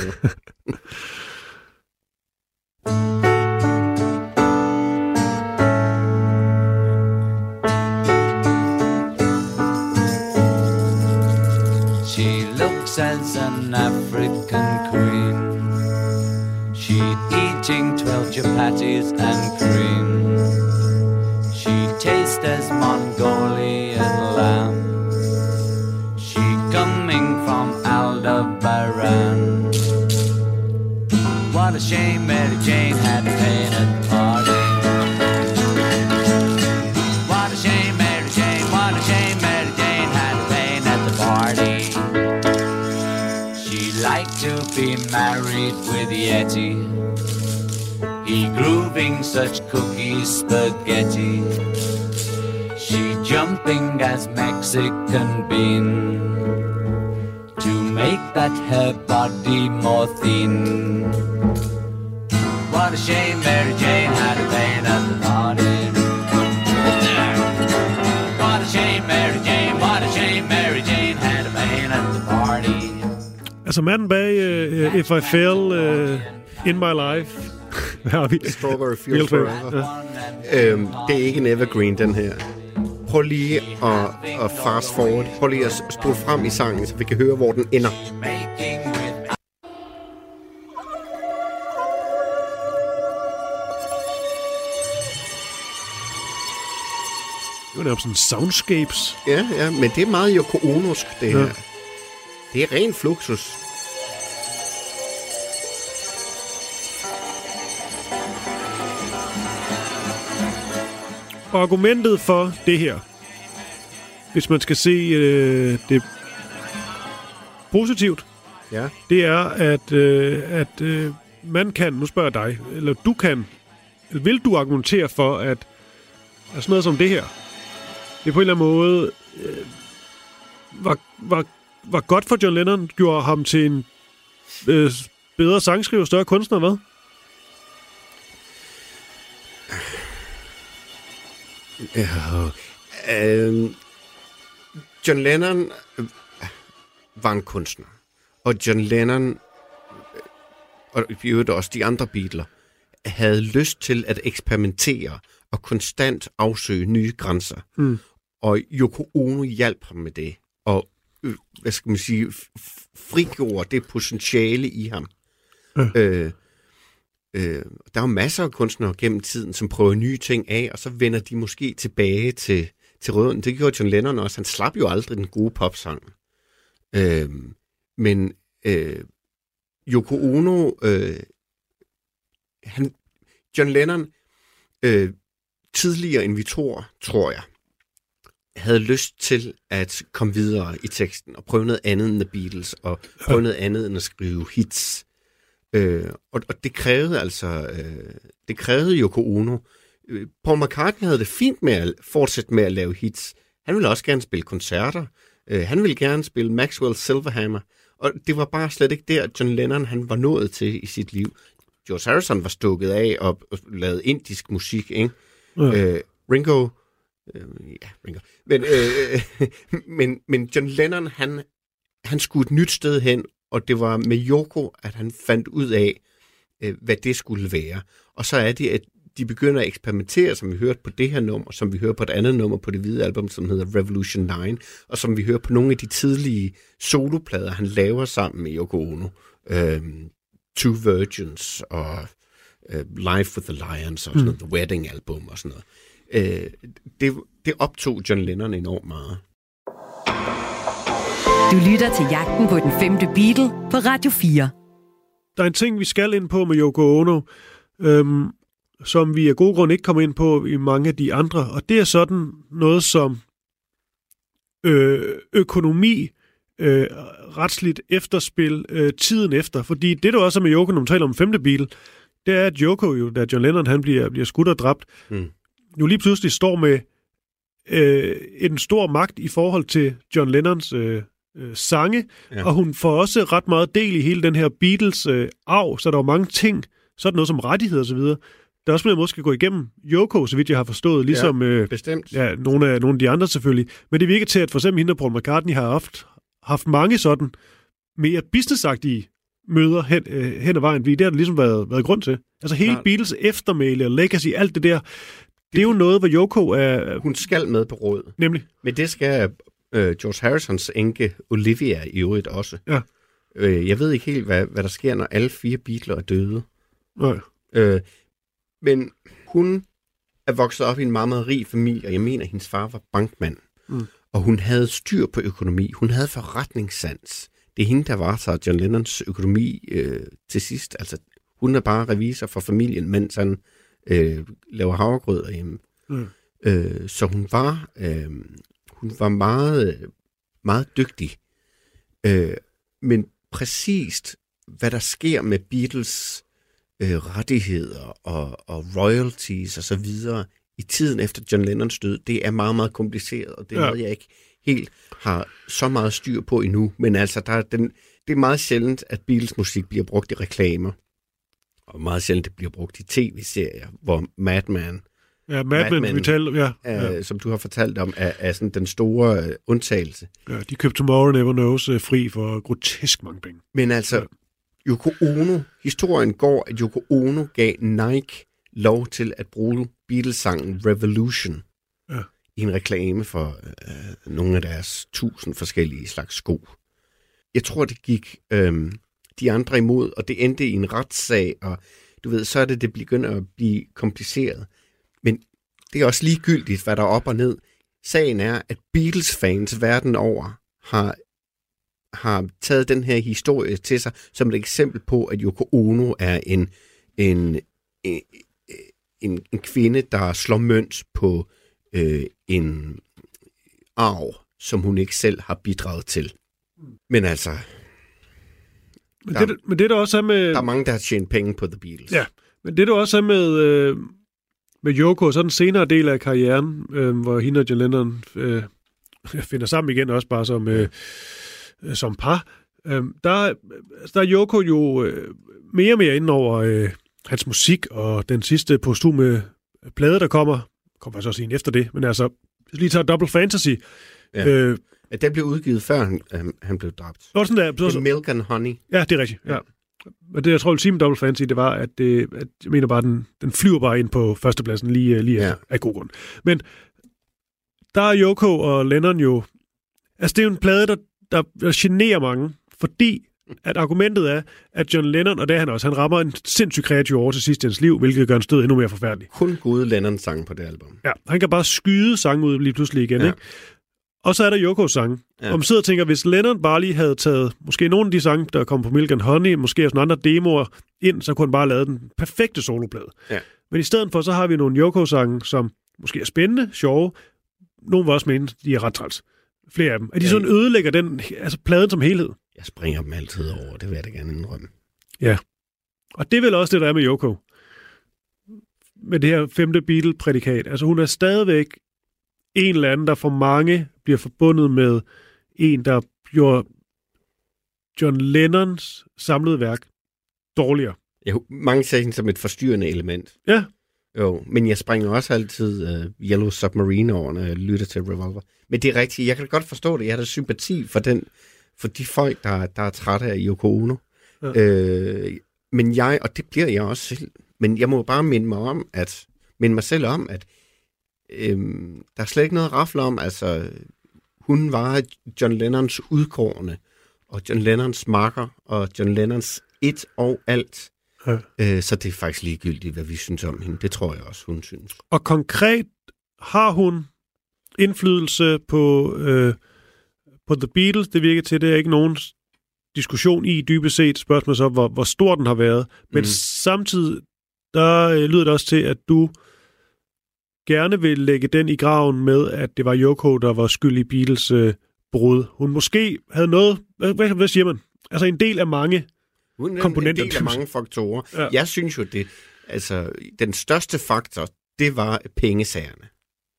She looks as an African queen. She eating 12 chapatis and cream. She tastes as Mongolian lamb. She coming from Aldebaran. What a shame Mary Jane had to pay at the party. What a shame Mary Jane, what a shame Mary Jane had to pay at the party. She liked to be married with Yeti. He grooving such cookies spaghetti. She jumping as Mexican bean to make that her body more thin. What a shame Mary Jane had a pain at the party. What a shame Mary Jane, what a shame Mary Jane had a pain at the party. Altså manden bag If I Fail In My Life. Har vi? Strawberry Fields Forever. Det er ikke en evergreen, den her. Prøv lige at fast forward. Prøv lige at spole frem i sangen, så vi kan høre, hvor den ender. Det var nærmest sådan soundscapes. Ja, men det er meget Yoko Onosk, det her. Det er ren fluxus. Og argumentet for det her, hvis man skal se det positivt, det er, at man kan, nu spørger jeg dig, eller du kan, eller vil du argumentere for, at sådan noget som det her, det på en eller anden måde var godt for John Lennon, gjorde ham til en bedre sangskriver, større kunstner, hvad? John Lennon var en kunstner, og John Lennon og i øvrigt også de andre Beatles havde lyst til at eksperimentere og konstant afsøge nye grænser. Og Yoko Ono hjalp ham med det, og hvad skal man sige, frigjorde det potentiale i ham. Der er jo masser af kunstnere gennem tiden, som prøver nye ting af, og så vender de måske tilbage til rødderne. Det gjorde John Lennon også. Han slap jo aldrig den gode popsang. Men Yoko Ono, John Lennon, tidligere end vi tror jeg, havde lyst til at komme videre i teksten og prøve noget andet end The Beatles, og prøve noget andet end at skrive hits. Og det krævede det krævede Yoko Ono. Paul McCartney havde det fint med at fortsætte med at lave hits. Han ville også gerne spille koncerter. Han ville gerne spille Maxwell's Silverhammer. Og det var bare slet ikke der, John Lennon han var nået til i sit liv. George Harrison var stukket af og lavede indisk musik, ikke? Ringo. Men John Lennon, han skulle et nyt sted hen, og det var med Yoko, at han fandt ud af, hvad det skulle være. Og så er det, at de begynder at eksperimentere, som vi hørte på det her nummer, som vi hører på et andet nummer på det hvide album, som hedder Revolution 9, og som vi hører på nogle af de tidlige soloplader, han laver sammen med Yoko Ono. Two Virgins og Life with the Lions og sådan noget, The Wedding Album og sådan noget. Det optog John Lennon enormt meget. Du lytter til Jagten på den 5. Beatle på Radio 4. Der er en ting, vi skal ind på med Yoko Ono, som vi af gode grunde ikke kommer ind på i mange af de andre, og det er sådan noget som økonomi, retsligt efterspil, tiden efter. Fordi det, der også er med Yoko, når man taler om 5. Beatle, det er, at Yoko jo, da John Lennon han bliver skudt og dræbt, jo lige pludselig står med en stor magt i forhold til John Lennons sange, og hun får også ret meget del i hele den her Beatles arv, så der er mange ting, så er der noget som rettigheder og så videre, der også bliver måske gå igennem Yoko, så vidt jeg har forstået, ligesom bestemt. Ja, nogle af de andre selvfølgelig. Men det virker til, at for eksempel hende og Paul McCartney har haft mange sådan mere businessagtige møder hen ad vejen, fordi det har der ligesom været grund til. Altså hele Beatles eftermæle og legacy, alt det der, det er jo noget, hvor Yoko er... Hun skal med på råd. Nemlig. Men det skal George Harrisons enke Olivia i øvrigt også. Ja. Jeg ved ikke helt, hvad der sker, når alle 4 Beatles er døde. Nej. Men hun er vokset op i en meget, meget rig familie, og jeg mener, at hendes far var bankmand. Og hun havde styr på økonomi. Hun havde forretningssans. Det er hende, der varetager John Lennons økonomi til sidst. Altså, hun er bare revisor for familien, mens han laver havregrød derhjemme. Så hun var meget, meget dygtig. Men præcist, hvad der sker med Beatles rettigheder og royalties og så videre i tiden efter John Lennons død, det er meget, meget kompliceret, og det er noget, jeg ikke helt har så meget styr på endnu. Men altså, det er meget sjældent, at Beatles musik bliver brugt i reklamer, og meget sjældent, det bliver brugt i tv-serier, hvor Mad Men, vi taler, som du har fortalt om, er sådan den store undtagelse. Ja, de købte Tomorrow Never Knows fri for grotesk mange penge. Men altså, Yoko Ono, historien går, at Yoko Ono gav Nike lov til at bruge Beatles-sangen Revolution i en reklame for nogle af deres 1000 forskellige slags sko. Jeg tror, det gik de andre imod, og det endte i en retssag, og du ved, så er det begynder at blive kompliceret. Men det er også ligegyldigt, hvad der er op og ned. Sagen er, at Beatles-fans verden over har taget den her historie til sig som et eksempel på, at Yoko Ono er en kvinde, der slår mønt på en arv, som hun ikke selv har bidraget til. Men altså... Men det der også er med... Der er mange, der har tjent penge på The Beatles. Ja, men det der også er med Yoko, så den senere del af karrieren, hvor hende og John Lennon finder sammen igen, også bare som par, der er Yoko jo mere og mere inde over hans musik, og den sidste postume plade, der kommer faktisk også en efter det, men altså, lige tager Double Fantasy. Ja. Den blev udgivet før han blev dræbt. Sådan der, Milk and Honey. Ja, det er rigtigt. Ja. Og det, jeg tror, jeg vil sige med Double Fantasy, det var, at jeg mener bare, den flyver bare ind på førstepladsen lige efter, af god grund. Men der er Yoko og Lennon jo... Altså, det er jo en plade, der generer mange, fordi at argumentet er, at John Lennon, og det er han også, han rammer en sindssygt kreativ år til sidst i hans liv, hvilket gør en stød endnu mere forfærdelig. Kun gode Lennon-sange på det album. Ja, han kan bare skyde sange ud lige pludselig igen, ikke? Og så er der Yokos sange. Ja. Og man sidder og tænker, hvis Lennon bare lige havde taget måske nogle af de sange, der kom på Milk and Honey, måske også nogle andre demoer ind, så kunne han bare lave den perfekte soloplade. Ja. Men i stedet for, så har vi nogle Yoko-sange, som måske er spændende, sjove. Nogle vil også mene, de er ret træls. Flere af dem. At de sådan ødelægger den, altså pladen som helhed. Jeg springer dem altid over, det vil jeg da gerne indrømme. Ja. Og det er vel også det, der er med Yoko. Med det her 5. Beatle-prædikat. Altså hun er stadigvæk en eller anden, der for mange bliver forbundet med en, der gjorde John Lennons samlede værk dårligere. Ja, mange ser hende som et forstyrrende element. Ja. Jo, men jeg springer også altid Yellow Submarine over, når jeg lytter til Revolver. Men det er rigtigt, jeg kan godt forstå det. Jeg har da sympati for de folk, der er trætte af Yoko Ono. Ja. Men og det bliver jeg også selv, men jeg må bare minde mig selv om, at der er slet ikke noget rafle om, altså hun var John Lennons udkårne, og John Lennons makker, og John Lennons et og alt. Ja. Så det er faktisk ligegyldigt, hvad vi synes om hende. Det tror jeg også, hun synes. Og konkret har hun indflydelse på The Beatles. Det virker til, det er ikke nogen diskussion i dybest set. Spørgsmålet så, hvor stor den har været. Men samtidig, der lyder det også til, at du gerne vil lægge den i graven med, at det var Yoko, der var skyld i Beatles brud. Hun måske havde noget... Hvad siger man? Altså en del af mange komponenter. En del af mange faktorer. Ja. Jeg synes jo, den største faktor, det var pengesagerne.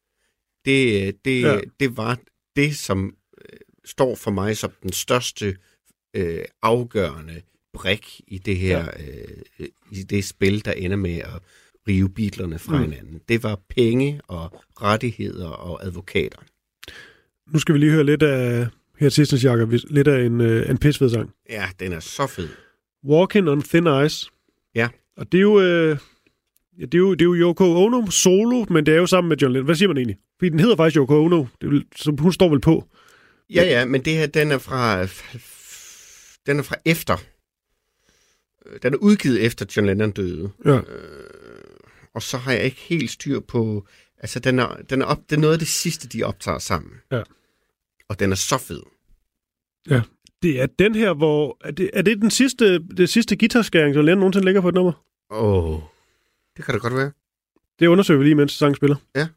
Det var det, som står for mig som den største afgørende brik i det her i det spil, der ender med at rive Beatlerne fra hinanden. Det var penge og rettigheder og advokater. Nu skal vi lige høre lidt af her sidste Jakob, lidt af en pisfed sang. Ja, den er så fed. Walking on Thin Ice. Ja. Og det er jo det er jo Yoko Ono solo, men det er jo sammen med John Lennon. Hvad siger man egentlig? Fordi den hedder faktisk Yoko Ono, så hun står vel på. Ja, men det her, den er fra efter. Den er udgivet efter John Lennon døde. Ja. Og så har jeg ikke helt styr på... Altså, det er noget af det sidste, de optager sammen. Ja. Og den er så fed. Ja. Det er den her, hvor... Er det det sidste guitarskæring, som Lennon nogensinde lægger på et nummer? Det kan det godt være. Det undersøger vi lige, mens sangen spiller. Ja.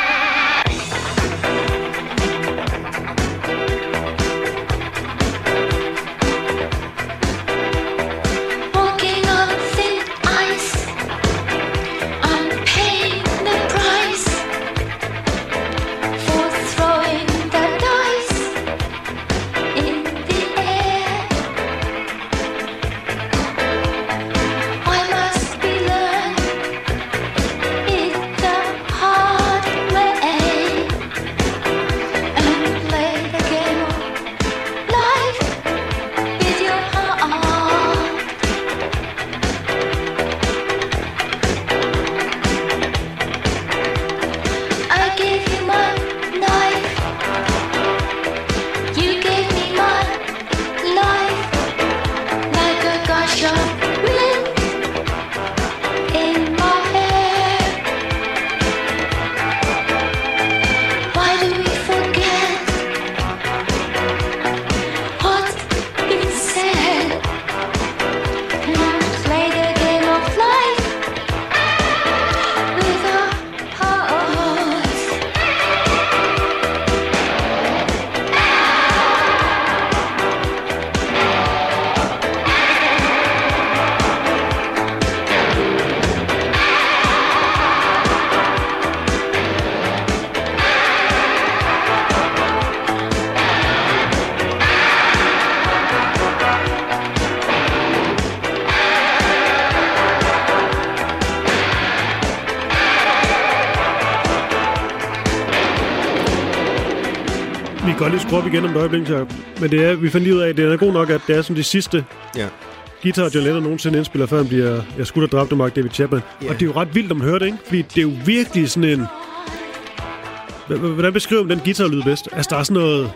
Vi kan godt lige skrue op igen om et øjeblik, men vi fandt lige ud af, at det er god nok, at det er som de sidste guitar, John Lennon nogensinde indspiller, før han bliver skudt og dræbt af Mark David Chapman. Yeah. Og det er jo ret vildt, at man hører det, ikke? Fordi det er jo virkelig sådan en... Hvordan beskriver man den guitar-lyd bedst? Altså, der er sådan noget...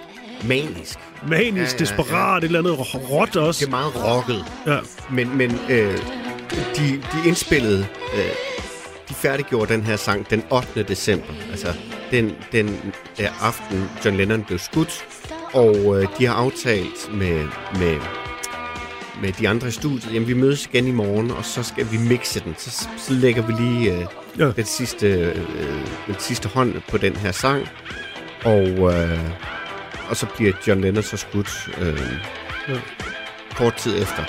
manisk. Manisk, desperat, et eller andet råt også. Det er meget rocket. Ja. Men de indspillede, de færdiggjorde den her sang den 8. december. Altså den aften, John Lennon blev skudt. Og de har aftalt med de andre i studiet, jamen vi mødes igen i morgen, og så skal vi mixe den. Så lægger vi lige den sidste hånd på den her sang. Og så bliver John Lennon så skudt kort tid efter.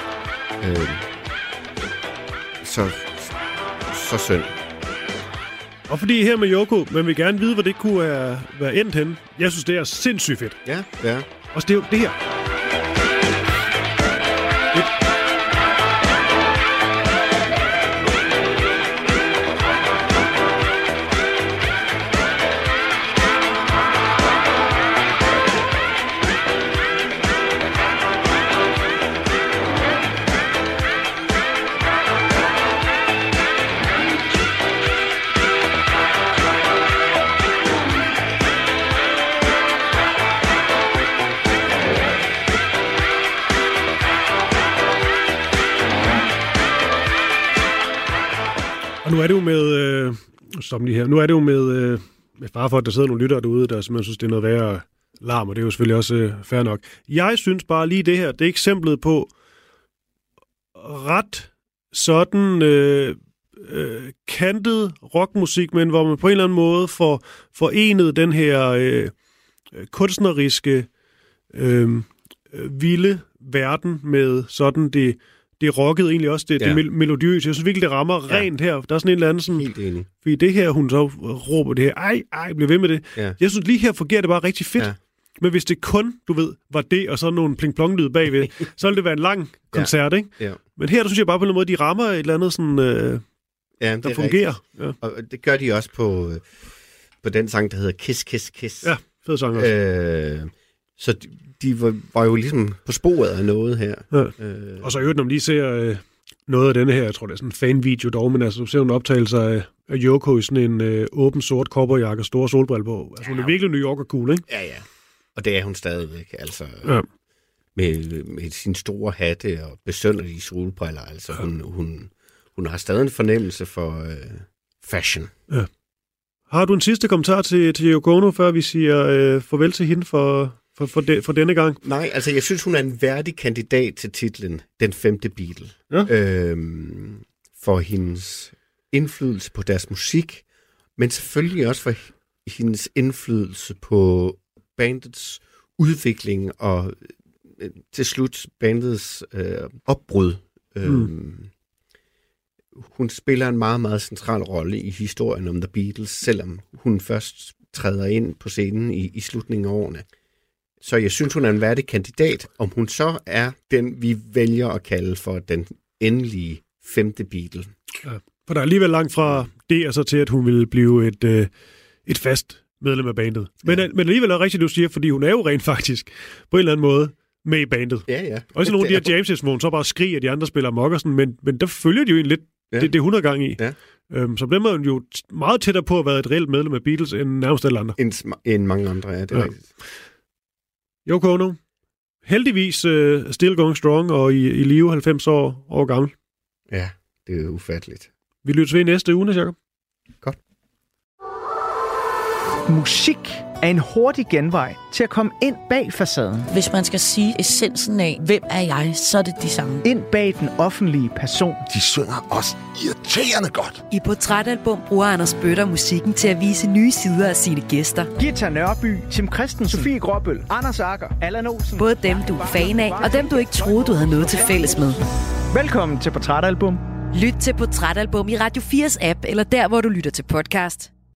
Så synd. Og fordi her med Yoko, man vil gerne vide, hvor det kunne være endt henne. Jeg synes, det er sindssygt fedt. Ja. Og det er jo det her. Og nu er det jo med fare for, at der sidder nogle lyttere derude, der simpelthen synes, det er noget værre larm, og det er jo selvfølgelig også fair nok. Jeg synes bare lige det her, det er eksemplet på ret sådan kantet rockmusik, men hvor man på en eller anden måde får forenet den her kunstneriske vilde verden med sådan det rockede egentlig også, det melodiøse. Jeg synes virkelig, det rammer rent her. Der er sådan en eller anden sådan... Helt enig. Fordi det her, hun så råber det her, ej, bliv ved med det. Ja. Jeg synes lige her fungerer det bare rigtig fedt. Ja. Men hvis det kun, du ved, var det, og så nogle pling-plong-lyd bagved, så ville det være en lang koncert, ikke? Ja. Men her, der synes jeg bare på en måde, de rammer et eller andet sådan, der fungerer. Ja. Og det gør de også på den sang, der hedder Kiss, Kiss, Kiss. Ja, fed sang også. Så de var jo ligesom på sporet af noget her. Ja. Og så når man lige ser noget af denne her, jeg tror det er sådan en fan-video dog, men altså du ser nogle optagelser af Yoko i sådan en åben sort cowboyjakke og store solbriller på. Altså hun er virkelig New Yorker cool, ikke? Ja. Og det er hun stadigvæk, altså. Ja. Med sin store hatte og besynderlige solbriller, altså. Ja. Hun har stadig en fornemmelse for fashion. Ja. Har du en sidste kommentar til Yoko Ono, før vi siger farvel til hende for denne gang? Nej, altså jeg synes, hun er en værdig kandidat til titlen Den 5. Beatle. Ja. For hendes indflydelse på deres musik, men selvfølgelig også for hendes indflydelse på bandets udvikling og til slut bandets opbrud. Hun spiller en meget, meget central rolle i historien om The Beatles, selvom hun først træder ind på scenen i slutningen af årene. Så jeg synes, hun er en værdig kandidat. Om hun så er den, vi vælger at kalde for den endelige 5. Beatle. Ja, for der er alligevel langt fra det, og så til, at hun vil blive et fast medlem af bandet. Men alligevel er det rigtigt, du siger, fordi hun er jo rent faktisk på en eller anden måde med i bandet. Ja. Også nogle af de her James' hvor hun så bare skriger, at de andre spiller amok og sådan, men der følger de jo egentlig lidt det 100 gang i. Ja. Så bliver man jo meget tættere på at være et reelt medlem af Beatles, end nærmest alle andre. End mange andre, ja, det er rigtigt. Yoko Ono, heldigvis still going strong, og i live 90 år gammel. Ja, det er ufatteligt. Vi lyttes ved i næste uge, Jacob. Godt. Musik er en hurtig genvej til at komme ind bag facaden. Hvis man skal sige essensen af, hvem er jeg, så er det de samme. Ind bag den offentlige person. De synger også irriterende godt. I Portrætalbum bruger Anders Bøtter musikken til at vise nye sider af sine gæster. Gita Nørby, Tim Christensen, Sofie Gråbøl, Anders Agger, Allan Olsen. Både dem, du er fan af, og dem, du ikke troede, du havde noget til fælles med. Velkommen til Portrætalbum. Lyt til Portrætalbum i Radio 4's app, eller der, hvor du lytter til podcast.